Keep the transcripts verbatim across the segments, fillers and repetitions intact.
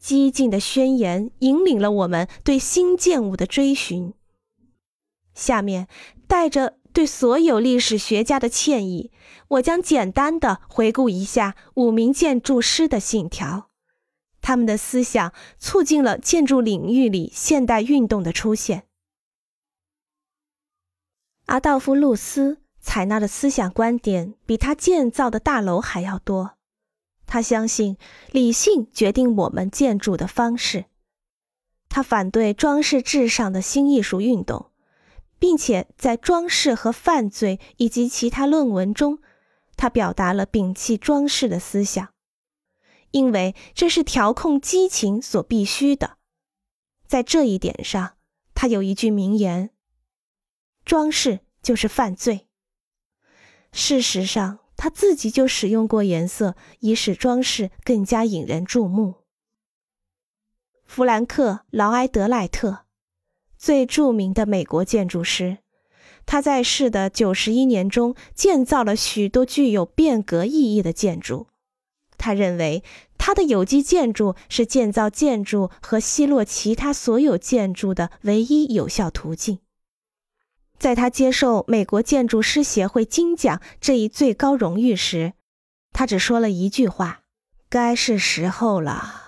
激进的宣言引领了我们对新建物的追寻。下面，带着对所有历史学家的歉意，我将简单地回顾一下五名建筑师的信条。他们的思想促进了建筑领域里现代运动的出现。阿道夫·路斯采纳的思想观点比他建造的大楼还要多。他相信理性决定我们建筑的方式。他反对装饰至上的新艺术运动，并且在装饰和犯罪以及其他论文中，他表达了摒弃装饰的思想，因为这是调控激情所必须的。在这一点上，他有一句名言：装饰就是犯罪。事实上，他自己就使用过颜色，以使装饰更加引人注目。弗兰克·劳埃德赖特，最著名的美国建筑师，他在世的九十一年中建造了许多具有变革意义的建筑。他认为他的有机建筑是建造建筑和奚落其他所有建筑的唯一有效途径。在他接受美国建筑师协会金奖这一最高荣誉时，他只说了一句话：该是时候了。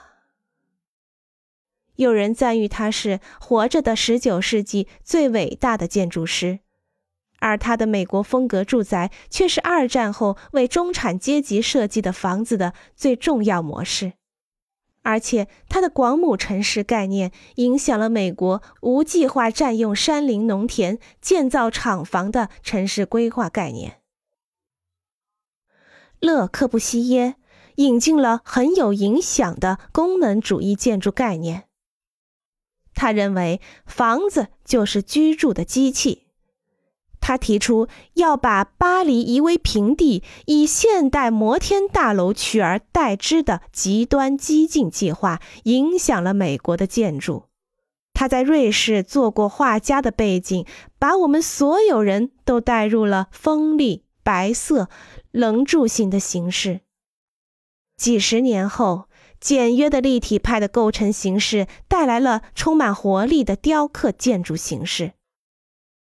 有人赞誉他是活着的十九世纪最伟大的建筑师，而他的美国风格住宅却是二战后为中产阶级设计的房子的最重要模式。而且他的广亩城市概念影响了美国无计划占用山林农田建造厂房的城市规划概念。勒柯布西耶引进了很有影响的功能主义建筑概念。他认为房子就是居住的机器。他提出要把巴黎夷为平地，以现代摩天大楼取而代之的极端激进计划影响了美国的建筑。他在瑞士做过画家的背景，把我们所有人都带入了锋利、白色、棱柱形的形式。几十年后，简约的立体派的构成形式带来了充满活力的雕刻建筑形式。